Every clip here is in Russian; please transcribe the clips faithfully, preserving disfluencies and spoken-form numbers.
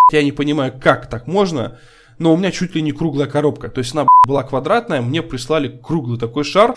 я не понимаю, как так можно, но у меня чуть ли не круглая коробка. То есть она была квадратная, мне прислали круглый такой шар.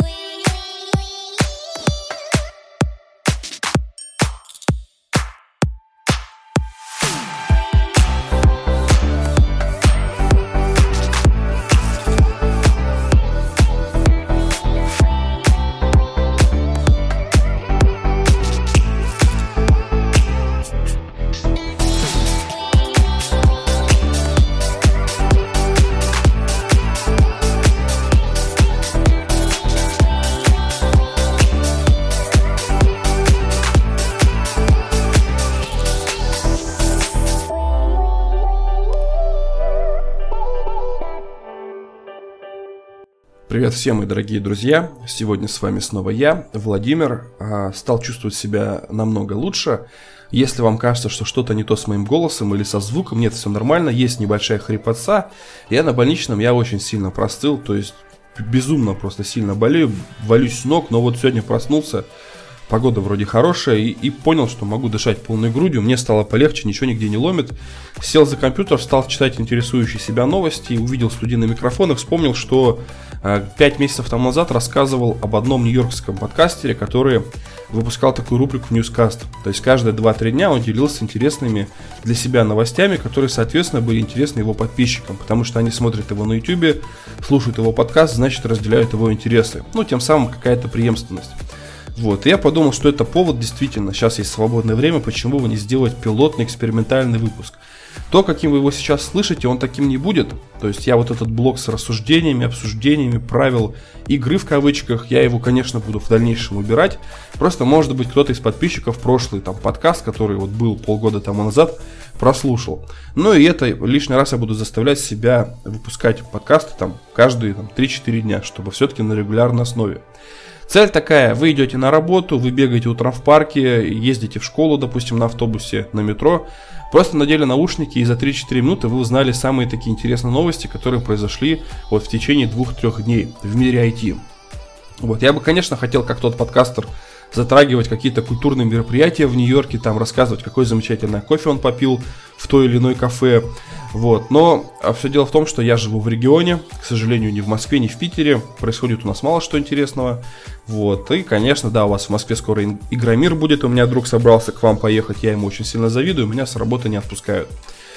Привет всем, мои дорогие друзья! Сегодня с вами снова я, Владимир. Стал чувствовать себя намного лучше. Если вам кажется, что что-то не то с моим голосом или со звуком, нет, все нормально, есть небольшая хрипотца. Я на больничном, я очень сильно простыл, то есть безумно просто сильно болею, валюсь с ног, но вот сегодня проснулся, погода вроде хорошая, и, и понял, что могу дышать полной грудью, мне стало полегче, ничего нигде не ломит. Сел за компьютер, стал читать интересующие себя новости, увидел студийный микрофон и вспомнил, что э, пять месяцев тому назад рассказывал об одном нью-йоркском подкастере, который выпускал такую рубрику Newscast. То есть каждые два-три дня он делился интересными для себя новостями, которые, соответственно, были интересны его подписчикам, потому что они смотрят его на YouTube, слушают его подкаст, значит, разделяют его интересы. Ну, тем самым какая-то преемственность. Вот, и я подумал, что это повод, действительно, сейчас есть свободное время, почему бы не сделать пилотный экспериментальный выпуск. То, каким вы его сейчас слышите, он таким не будет. То есть я вот этот блок с рассуждениями, обсуждениями, правил игры в кавычках, я его, конечно, буду в дальнейшем убирать. Просто, может быть, кто-то из подписчиков прошлый там подкаст, который вот был полгода тому назад, прослушал. Ну и это лишний раз я буду заставлять себя выпускать подкасты там каждые там, три-четыре дня, чтобы все-таки на регулярной основе. Цель такая: вы идете на работу, вы бегаете утром в парке, ездите в школу, допустим, на автобусе, на метро, просто надели наушники, и за три-четыре минуты вы узнали самые такие интересные новости, которые произошли вот в течение двух-трех дней в мире ай ти. Вот, я бы, конечно, хотел, как тот подкастер, затрагивать какие-то культурные мероприятия в Нью-Йорке, там рассказывать, какой замечательный кофе он попил в той или иной кафе. Вот. Но а все дело в том, что я живу в регионе, к сожалению, не в Москве, не в Питере. Происходит у нас мало что интересного. Вот. И, конечно, да, у вас в Москве скоро Игромир будет. У меня друг собрался к вам поехать, я ему очень сильно завидую, меня с работы не отпускают.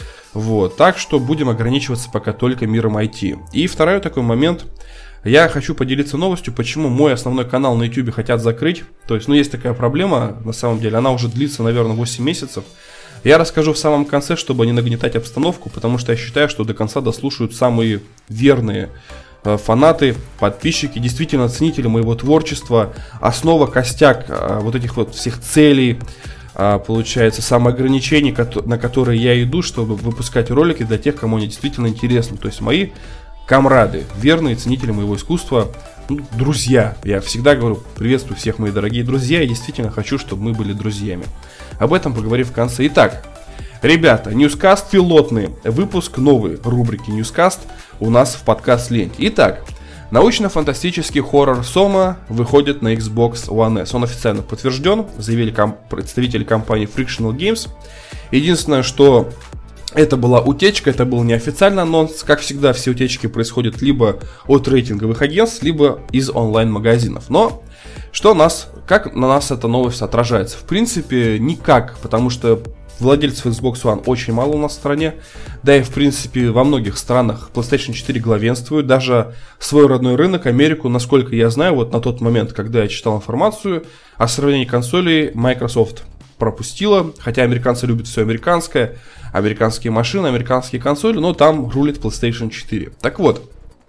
Вот. Так что будем ограничиваться пока только миром ай ти. И второй такой момент. Я хочу поделиться новостью, почему мой основной канал на YouTube хотят закрыть. То есть, ну, есть такая проблема, на самом деле, она уже длится, наверное, восемь месяцев. Я расскажу в самом конце, чтобы не нагнетать обстановку, потому что я считаю, что до конца дослушают самые верные э, фанаты, подписчики, действительно ценители моего творчества, основа, костяк э, вот этих вот всех целей, э, получается, самоограничений, ко- на которые я иду, чтобы выпускать ролики для тех, кому они действительно интересны. То есть мои камрады, верные ценители моего искусства, ну, друзья. Я всегда говорю, приветствую всех, мои дорогие друзья, и действительно хочу, чтобы мы были друзьями. Об этом поговорим в конце. Итак, ребята, Newscast пилотный, выпуск новой рубрики Newscast у нас в подкаст-ленте. Итак, научно-фантастический хоррор Soma выходит на Xbox One S. Он официально подтвержден, заявили ком- представители компании Frictional Games. Единственное, что это была утечка, это был неофициальный анонс. Как всегда, все утечки происходят либо от рейтинговых агентств, либо из онлайн-магазинов. Но что нас, как на нас эта новость отражается? В принципе, никак, потому что владельцев Xbox One очень мало у нас в стране. Да и в принципе во многих странах PlayStation четыре главенствует. Даже свой родной рынок, Америку, насколько я знаю, вот на тот момент, когда я читал информацию о сравнении консолей, Microsoft пропустила, хотя американцы любят все американское, американские машины, американские консоли, но там рулит PlayStation четыре. Так вот,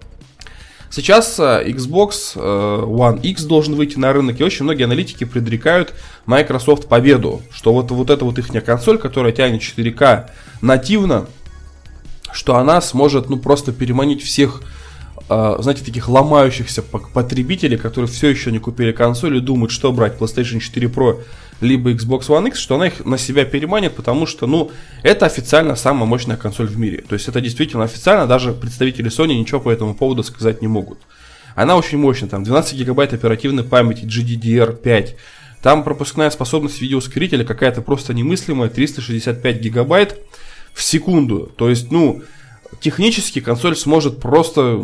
сейчас Xbox One X должен выйти на рынок, и очень многие аналитики предрекают Microsoft победу, что вот, вот эта вот их консоль, которая тянет четыре ка нативно, что она сможет ну просто переманить всех, знаете, таких ломающихся потребителей, которые все еще не купили консоль и думают, что брать, PlayStation четыре Pro либо Xbox One X, что она их на себя переманит, потому что, ну, это официально самая мощная консоль в мире. То есть это действительно официально, даже представители Sony ничего по этому поводу сказать не могут. Она очень мощная, там двенадцать гигабайт оперативной памяти, джи ди ди ар пять, там пропускная способность видеоускорителя какая-то просто немыслимая, триста шестьдесят пять гигабайт. в секунду. То есть, ну, технически консоль сможет просто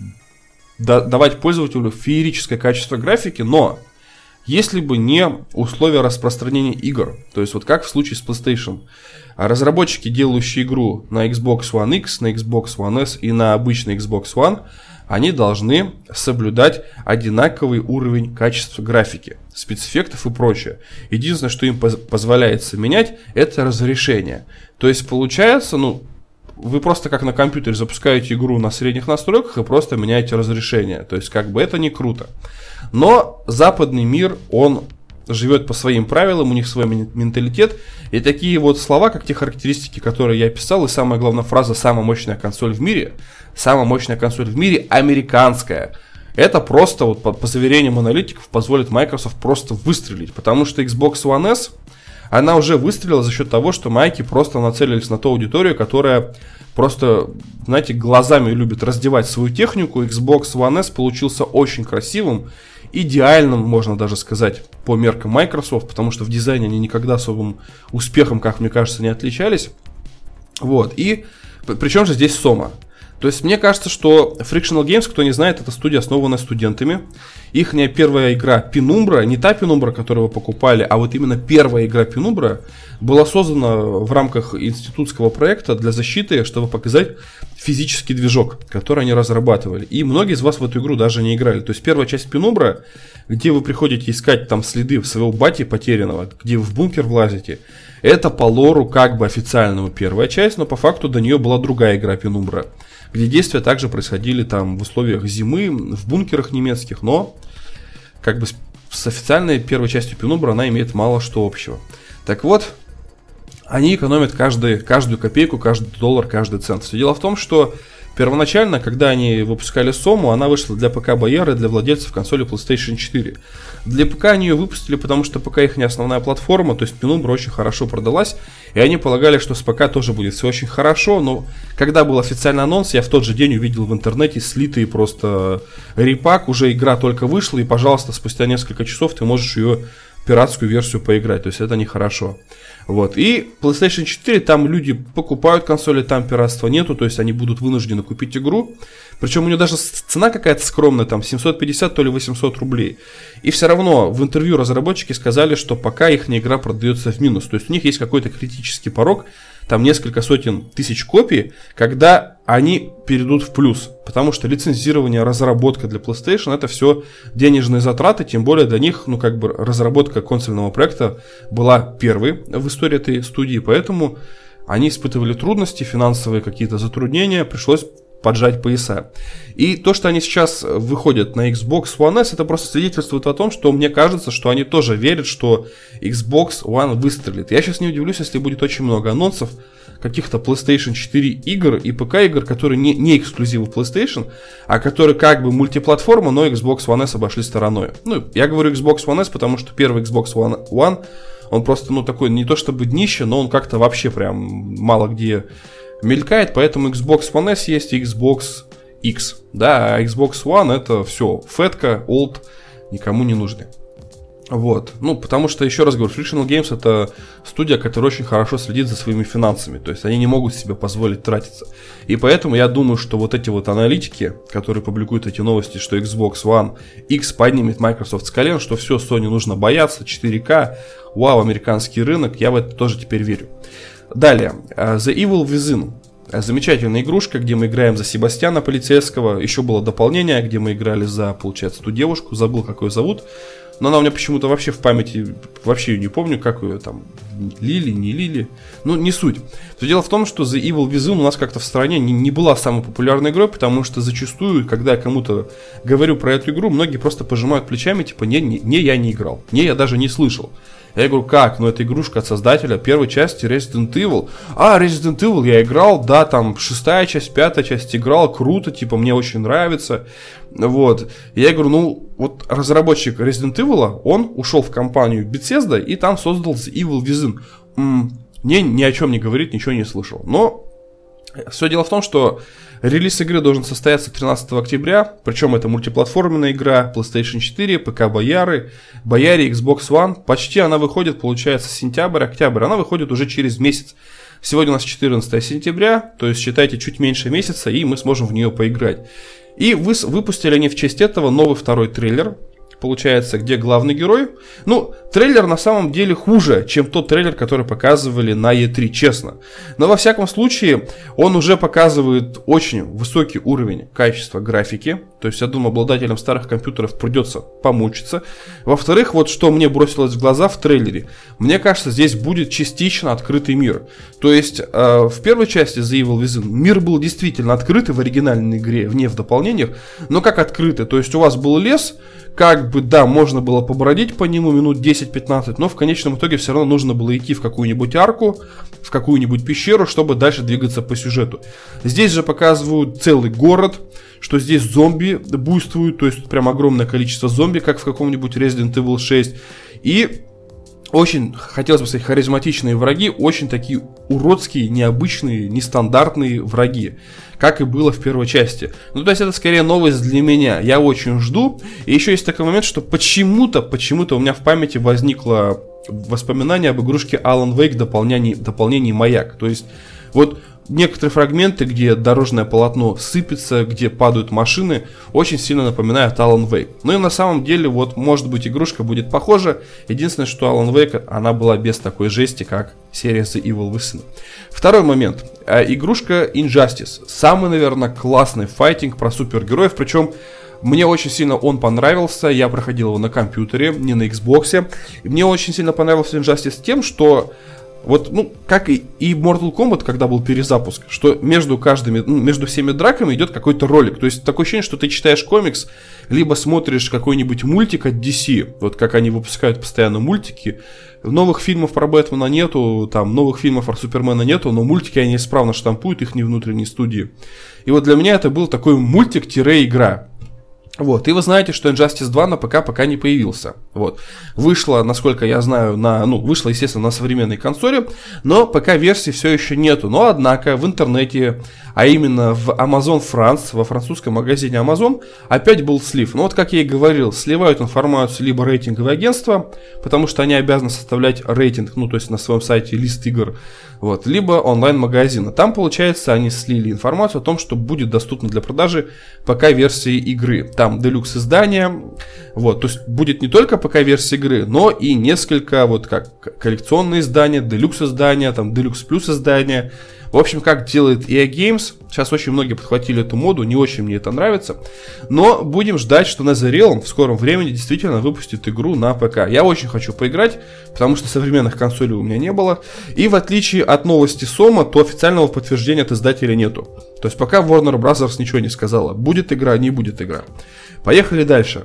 да- давать пользователю феерическое качество графики, но если бы не условия распространения игр, то есть вот как в случае с PlayStation, разработчики, делающие игру на Xbox One X, на Xbox One S и на обычный Xbox One, они должны соблюдать одинаковый уровень качества графики, спецэффектов и прочее. Единственное, что им поз- позволяется менять, это разрешение. То есть получается, ну, вы просто как на компьютере запускаете игру на средних настройках и просто меняете разрешение. То есть как бы это не круто. Но западный мир, он живет по своим правилам, у них свой менталитет. И такие вот слова, как те характеристики, которые я описал, и самая главная фраза «самая мощная консоль в мире», самая мощная консоль в мире американская. Это просто, вот по, по заверениям аналитиков, позволит Microsoft просто выстрелить. Потому что Xbox One S, она уже выстрелила за счет того, что майки просто нацелились на ту аудиторию, которая просто, знаете, глазами любит раздевать свою технику. Xbox One S получился очень красивым, идеальным, можно даже сказать, по меркам Microsoft, потому что в дизайне они никогда особым успехом, как мне кажется, не отличались. Вот, и причем же здесь Soma. То есть мне кажется, что Frictional Games, кто не знает, это студия, основанная студентами. Ихняя первая игра Penumbra, не та Penumbra, которую вы покупали, а вот именно первая игра Penumbra была создана в рамках институтского проекта для защиты, чтобы показать физический движок, который они разрабатывали. И многие из вас в эту игру даже не играли. То есть первая часть Penumbra, где вы приходите искать там следы своего бати потерянного, где вы в бункер влазите, это по лору как бы официальному первая часть, но по факту до нее была другая игра Penumbra, где действия также происходили там в условиях зимы, в бункерах немецких, но как бы с официальной первой частью Penumbra она имеет мало что общего. Так вот, они экономят каждый, каждую копейку, каждый доллар, каждый цент. Все дело в том, что первоначально, когда они выпускали Сому, она вышла для ПК Бояры и для владельцев консоли PlayStation четыре. Для ПК они ее выпустили, потому что ПК их не основная платформа, то есть Penumbra очень хорошо продалась, и они полагали, что с ПК тоже будет все очень хорошо, но когда был официальный анонс, я в тот же день увидел в интернете слитый просто репак, уже игра только вышла, и, пожалуйста, спустя несколько часов ты можешь ее пиратскую версию поиграть, то есть это нехорошо. Вот. И PlayStation четыре, там люди покупают консоли, там пиратства нету, то есть они будут вынуждены купить игру. Причем у нее даже цена какая-то скромная, там семьсот пятьдесят, то ли восемьсот рублей. И все равно в интервью разработчики сказали, что пока их игра продается в минус. То есть у них есть какой-то критический порог, там несколько сотен тысяч копий, когда они перейдут в плюс. Потому что лицензирование, разработка для PlayStation — это все денежные затраты, тем более для них, ну как бы разработка консольного проекта была первой в истории этой студии, поэтому они испытывали трудности, финансовые какие-то затруднения, пришлось поджать пояса. И то, что они сейчас выходят на Xbox One S, это просто свидетельствует о том, что мне кажется, что они тоже верят, что Xbox One выстрелит. Я сейчас не удивлюсь, если будет очень много анонсов каких-то PlayStation четыре игр и ПК игр, которые не, не эксклюзивы PlayStation, а которые как бы мультиплатформа, но Xbox One S обошли стороной. Ну, я говорю Xbox One S, потому что первый Xbox One, One он просто, ну, такой не то чтобы днище, но он как-то вообще прям мало где мелькает, поэтому Xbox One S есть и Xbox X, да, а Xbox One это все, фетка, old, никому не нужны. Вот, ну, потому что, еще раз говорю, Frictional Games — это студия, которая очень хорошо следит за своими финансами, то есть они не могут себе позволить тратиться. И поэтому я думаю, что вот эти вот аналитики, которые публикуют эти новости, что Xbox One X поднимет Microsoft с колен, что все, Sony нужно бояться, четыре ка, вау, американский рынок, я в это тоже теперь верю. Далее, The Evil Within. Замечательная игрушка, где мы играем за Себастьяна полицейского. Еще было дополнение, где мы играли за, получается, ту девушку, забыл, как ее зовут. Но она у меня почему-то вообще в памяти, вообще не помню, как ее там, Лили, не Лили. Ну, не суть. Все дело в том, что The Evil Within у нас как-то в стране не, не была самой популярной игрой, потому что зачастую, когда я кому-то говорю про эту игру, многие просто пожимают плечами, типа, не, не, не я не играл, не, я даже не слышал. Я говорю, как? Ну, это игрушка от создателя первой части Resident Evil. А, Resident Evil я играл, да, там шестая часть, пятая часть играл, круто, типа, мне очень нравится. Вот. И я говорю, ну, вот разработчик Resident Evil, он ушел в компанию Bethesda и там создал The Evil Within. М-м, мне ни о чем не говорит, ничего не слышал. Но все дело в том, что релиз игры должен состояться тринадцатого октября, причем это мультиплатформенная игра, PlayStation четыре, ПК Бояры, Бояре, Xbox One. Почти она выходит, получается, сентябрь, октябрь, она выходит уже через месяц. Сегодня у нас четырнадцатое сентября, то есть считайте чуть меньше месяца, и мы сможем в нее поиграть. И вы, выпустили они в честь этого новый второй трейлер, получается, где главный герой. Ну, трейлер на самом деле хуже, чем тот трейлер, который показывали на и три, честно. Но во всяком случае, он уже показывает очень высокий уровень качества графики. То есть, я думаю, обладателям старых компьютеров придется помучиться. Во-вторых, вот что мне бросилось в глаза в трейлере. Мне кажется, здесь будет частично открытый мир. То есть, э, в первой части The Evil Within мир был действительно открытый в оригинальной игре, не в дополнениях. Но как открытый? То есть, у вас был лес, как бы, да, можно было побродить по нему минут десять-пятнадцать, но в конечном итоге все равно нужно было идти в какую-нибудь арку, в какую-нибудь пещеру, чтобы дальше двигаться по сюжету. Здесь же показывают целый город, что здесь зомби буйствуют, то есть прям огромное количество зомби, как в каком-нибудь Resident Evil шесть. И очень, хотелось бы сказать, харизматичные враги, очень такие уродские, необычные, нестандартные враги, как и было в первой части. Ну, то есть это скорее новость для меня, я очень жду. И еще есть такой момент, что почему-то, почему-то у меня в памяти возникло воспоминание об игрушке Alan Wake дополнении, дополнении «Маяк». То есть вот некоторые фрагменты, где дорожное полотно сыпется, где падают машины, очень сильно напоминают Alan Wake. Ну и на самом деле, вот, может быть, игрушка будет похожа. Единственное, что Alan Wake, она была без такой жести, как серия The Evil Within. Второй момент. Игрушка Injustice. Самый, наверное, классный файтинг про супергероев, причем мне очень сильно он понравился, я проходил его на компьютере, не на Xbox. Мне очень сильно понравился Injustice тем, что вот, ну, как и, и Mortal Kombat, когда был перезапуск, что между каждыми, ну, между всеми драками идет какой-то ролик. То есть такое ощущение, что ты читаешь комикс, либо смотришь какой-нибудь мультик от ди си, вот как они выпускают постоянно мультики. Новых фильмов про Бэтмена нету, там, новых фильмов про Супермена нету, но мультики они исправно штампуют, их не внутренней студии. И вот для меня это был такой мультик-игра. Вот, и вы знаете, что Injustice два на ПК пока не появился. Вот. Вышла, насколько я знаю, на, ну, вышла, естественно, на современной консоли, но ПК-версии все еще нету. Но, однако, в интернете, а именно в Amazon France, во французском магазине Amazon, опять был слив. Ну, вот, как я и говорил, сливают информацию либо рейтинговые агентства, потому что они обязаны составлять рейтинг, ну, то есть на своем сайте лист игр, вот, либо онлайн-магазина. Там, получается, они слили информацию о том, что будет доступно для продажи ПК-версии игры. Там делюкс издания, вот, то есть будет не только ПК-версия игры, но и несколько, вот, как коллекционные издания, делюкс издания, там, делюкс плюс издания. В общем, как делает и эй Games, сейчас очень многие подхватили эту моду, не очень мне это нравится, но будем ждать, что NetherRealm в скором времени действительно выпустит игру на ПК. Я очень хочу поиграть, потому что современных консолей у меня не было, и в отличие от новости Сома, то официального подтверждения от издателя нету. То есть пока Warner Bros. Ничего не сказала, будет игра, не будет игра. Поехали дальше.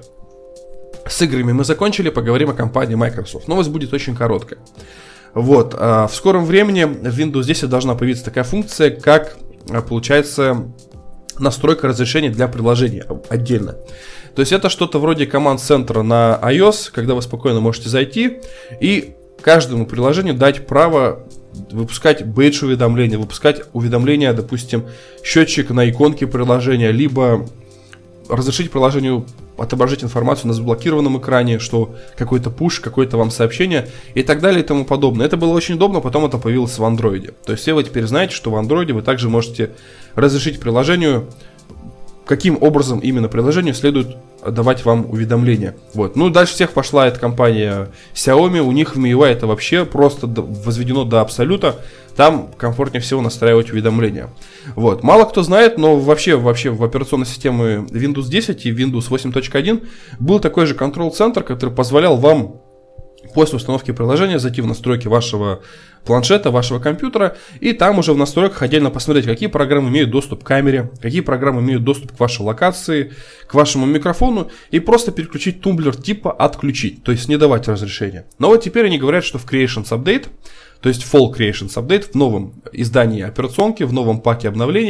С играми мы закончили, поговорим о компании Microsoft. Новость будет очень короткая. Вот, в скором времени в Windows десять должна появиться такая функция, как, получается, настройка разрешения для приложений отдельно. То есть это что-то вроде команд-центра на iOS, когда вы спокойно можете зайти и каждому приложению дать право выпускать бейдж-уведомления, выпускать уведомления, допустим, счетчик на иконке приложения, либо разрешить приложению отображать информацию на заблокированном экране, что какой-то пуш, какое-то вам сообщение и так далее и тому подобное. Это было очень удобно, потом это появилось в Android. То есть все вы теперь знаете, что в Android вы также можете разрешить приложению, каким образом именно приложению следует давать вам уведомления. Вот. Ну, дальше всех пошла эта компания Xiaomi, у них в эм ю ай это вообще просто возведено до абсолюта, там комфортнее всего настраивать уведомления. Вот. Мало кто знает, но вообще, вообще в операционной системе Windows десять и Windows восемь точка один был такой же контрол-центр, который позволял вам после установки приложения зайти в настройки вашего планшета, вашего компьютера, и там уже в настройках отдельно посмотреть, какие программы имеют доступ к камере, какие программы имеют доступ к вашей локации, к вашему микрофону, и просто переключить тумблер типа «отключить», то есть не давать разрешения. Но вот теперь они говорят, что в Creations Update, то есть Fall Creations Update, в новом издании операционки, в новом паке обновлений,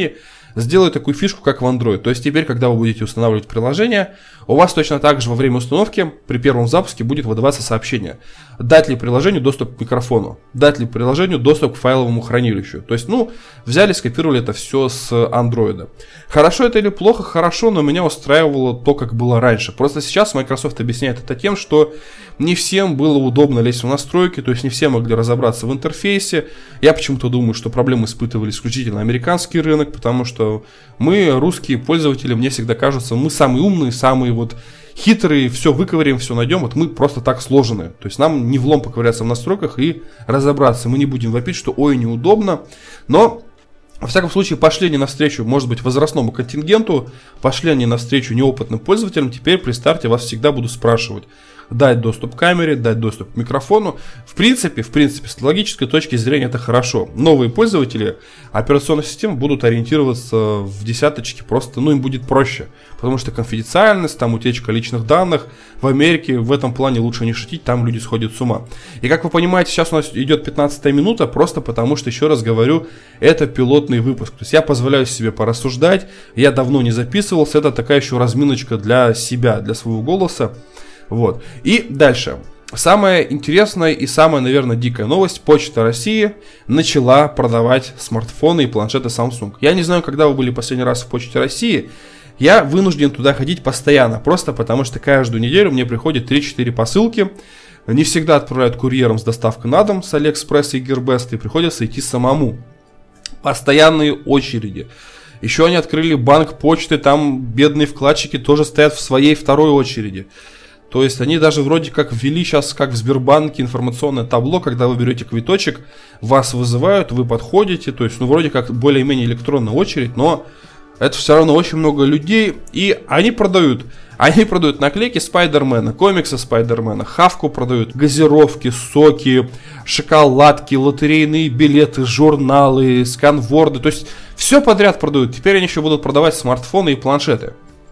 сделают такую фишку, как в Android. То есть теперь, когда вы будете устанавливать приложение, у вас точно так же во время установки при первом запуске будет выдаваться сообщение. Дать ли приложению доступ к микрофону? Дать ли приложению доступ к файловому хранилищу? То есть, ну, взяли, скопировали это все с Android. Хорошо это или плохо? Хорошо, но меня устраивало то, как было раньше. Просто сейчас Microsoft объясняет это тем, что не всем было удобно лезть в настройки, то есть не все могли разобраться в интерфейсе. Я почему-то думаю, что проблемы испытывали исключительно американский рынок, потому что мы, русские пользователи, мне всегда кажется, мы самые умные, самые вот хитрые, все выковыряем, все найдем, вот мы просто так сложены. То есть нам не влом поковыряться в настройках и разобраться. Мы не будем вопить, что ой, неудобно, но... Во всяком случае, пошли они навстречу, может быть, возрастному контингенту, пошли они навстречу неопытным пользователям, теперь при старте вас всегда будут спрашивать, дать доступ к камере, дать доступ к микрофону. В принципе, в принципе, с логической точки зрения это хорошо. Новые пользователи операционной системы будут ориентироваться в десяточке просто, ну, им будет проще, потому что конфиденциальность, там утечка личных данных, в Америке в этом плане лучше не шутить, там люди сходят с ума. И как вы понимаете, сейчас у нас идет пятнадцатая минута, просто потому что, еще раз говорю, это пилотный выпуск. То есть я позволяю себе порассуждать, я давно не записывался, это такая еще разминочка для себя, для своего голоса. Вот. И дальше. Самая интересная и самая, наверное, дикая новость. Почта России начала продавать смартфоны и планшеты Samsung. Я не знаю, когда вы были последний раз в Почте России. Я вынужден туда ходить постоянно. Просто потому что каждую неделю мне приходят три-четыре посылки. Не всегда отправляют курьером с доставкой на дом с Алиэкспресса и Гербеста. И приходится идти самому. Постоянные очереди. Еще они открыли банк почты. Там бедные вкладчики тоже стоят в своей второй очереди. То есть они даже вроде как ввели сейчас, как в Сбербанке, информационное табло, когда вы берете квиточек, вас вызывают, вы подходите, то есть ну вроде как более-менее электронная очередь, но это все равно очень много людей, и они продают, они продают наклейки Спайдермена, комиксы Спайдермена, хавку продают, газировки, соки, шоколадки, лотерейные билеты, журналы, сканворды, то есть все подряд продают, теперь они еще будут продавать смартфоны и планшеты.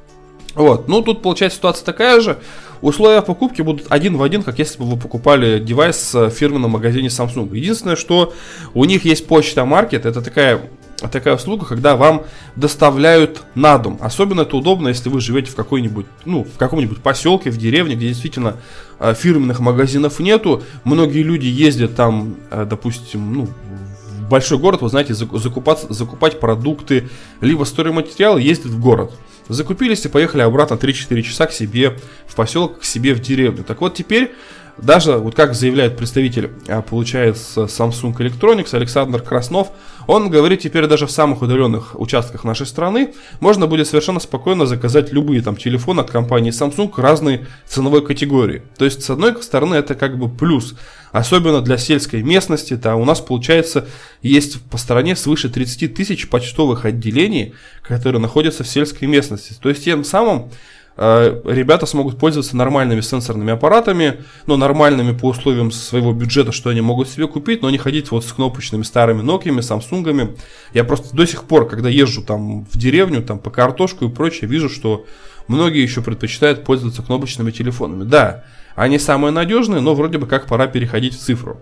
Вот, ну тут получается ситуация такая же. Условия покупки будут один в один, как если бы вы покупали девайс в фирменном магазине Samsung. Единственное, что у них есть почта маркет, это такая, такая услуга, когда вам доставляют на дом. Особенно это удобно, если вы живете в какой-нибудь, ну, в каком-нибудь поселке, в деревне, где действительно фирменных магазинов нету. Многие люди ездят там, допустим, ну, в большой город, вы знаете, закупать, закупать продукты, либо стройматериалы, ездят в город. Закупились и поехали обратно три-четыре часа к себе в поселок, к себе в деревню. Так вот теперь, даже вот как заявляет представитель, получается, Samsung Electronics Александр Краснов, он говорит, теперь даже в самых удаленных участках нашей страны можно будет совершенно спокойно заказать любые там телефоны от компании Samsung разной ценовой категории. То есть, с одной стороны, это как бы плюс. Особенно для сельской местности, там у нас, получается, есть по стране свыше тридцать тысяч почтовых отделений, которые находятся в сельской местности. То есть, тем самым э, ребята смогут пользоваться нормальными сенсорными аппаратами, но нормальными по условиям своего бюджета, что они могут себе купить, но не ходить вот с кнопочными старыми Nokia'ми, Samsung'ами. Я просто до сих пор, когда езжу там в деревню, там по картошку и прочее, вижу, что многие еще предпочитают пользоваться кнопочными телефонами. Да, они самые надежные, но вроде бы как пора переходить в цифру.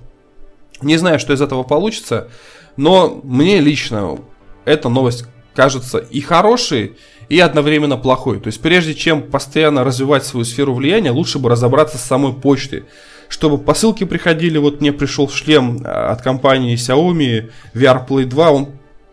Не знаю, что из этого получится, но мне лично эта новость кажется и хорошей, и одновременно плохой. То есть прежде чем постоянно развивать свою сферу влияния, лучше бы разобраться с самой почтой. Чтобы посылки приходили, вот мне пришел шлем от компании Xiaomi ви ар Play два, он,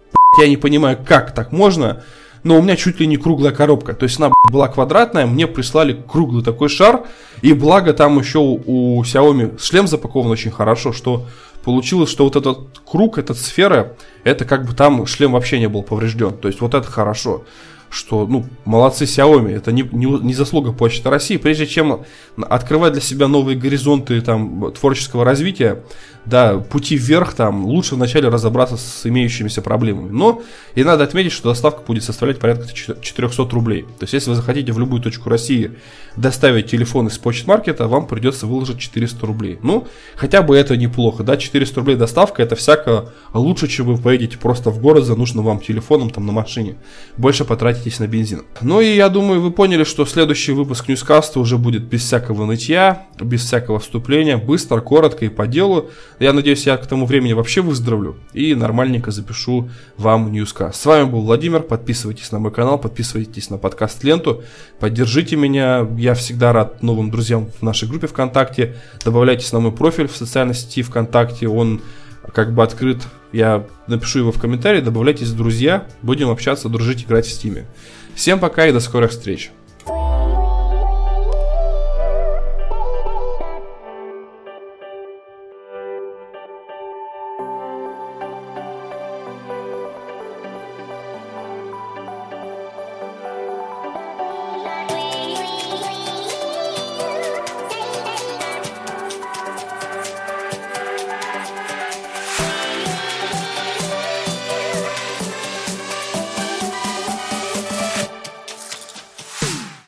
я не понимаю, как так можно, но у меня чуть ли не круглая коробка. То есть она была квадратная, мне прислали круглый такой шар. И благо там еще у Xiaomi шлем запакован очень хорошо, что получилось, что вот этот круг, эта сфера, это как бы там шлем вообще не был поврежден. То есть вот это хорошо. Что, ну, молодцы Xiaomi, это не, не, не заслуга Почты России. Прежде чем открывать для себя новые горизонты там, творческого развития, да, пути вверх, там, лучше вначале разобраться с имеющимися проблемами. Но и надо отметить, что доставка будет составлять порядка четыреста рублей. То есть, если вы захотите в любую точку России доставить телефон из почтмаркета, вам придется выложить четыреста рублей. Ну, хотя бы это неплохо, да, четыреста рублей доставка, это всяко лучше, чем вы поедете просто в город за нужным вам телефоном там на машине. Больше потратить тратитесь на бензин. Ну и я думаю, вы поняли, что следующий выпуск Ньюскаста уже будет без всякого нытья, без всякого вступления, быстро, коротко и по делу. Я надеюсь, я к тому времени вообще выздоровлю и нормальненько запишу вам Ньюскаст. С вами был Владимир, подписывайтесь на мой канал, подписывайтесь на подкаст-ленту, поддержите меня, я всегда рад новым друзьям в нашей группе ВКонтакте, добавляйтесь на мой профиль в социальной сети ВКонтакте, он как бы открыт, я напишу его в комментарии, добавляйтесь в друзья, будем общаться, дружить, играть в Стиме. Всем пока и до скорых встреч.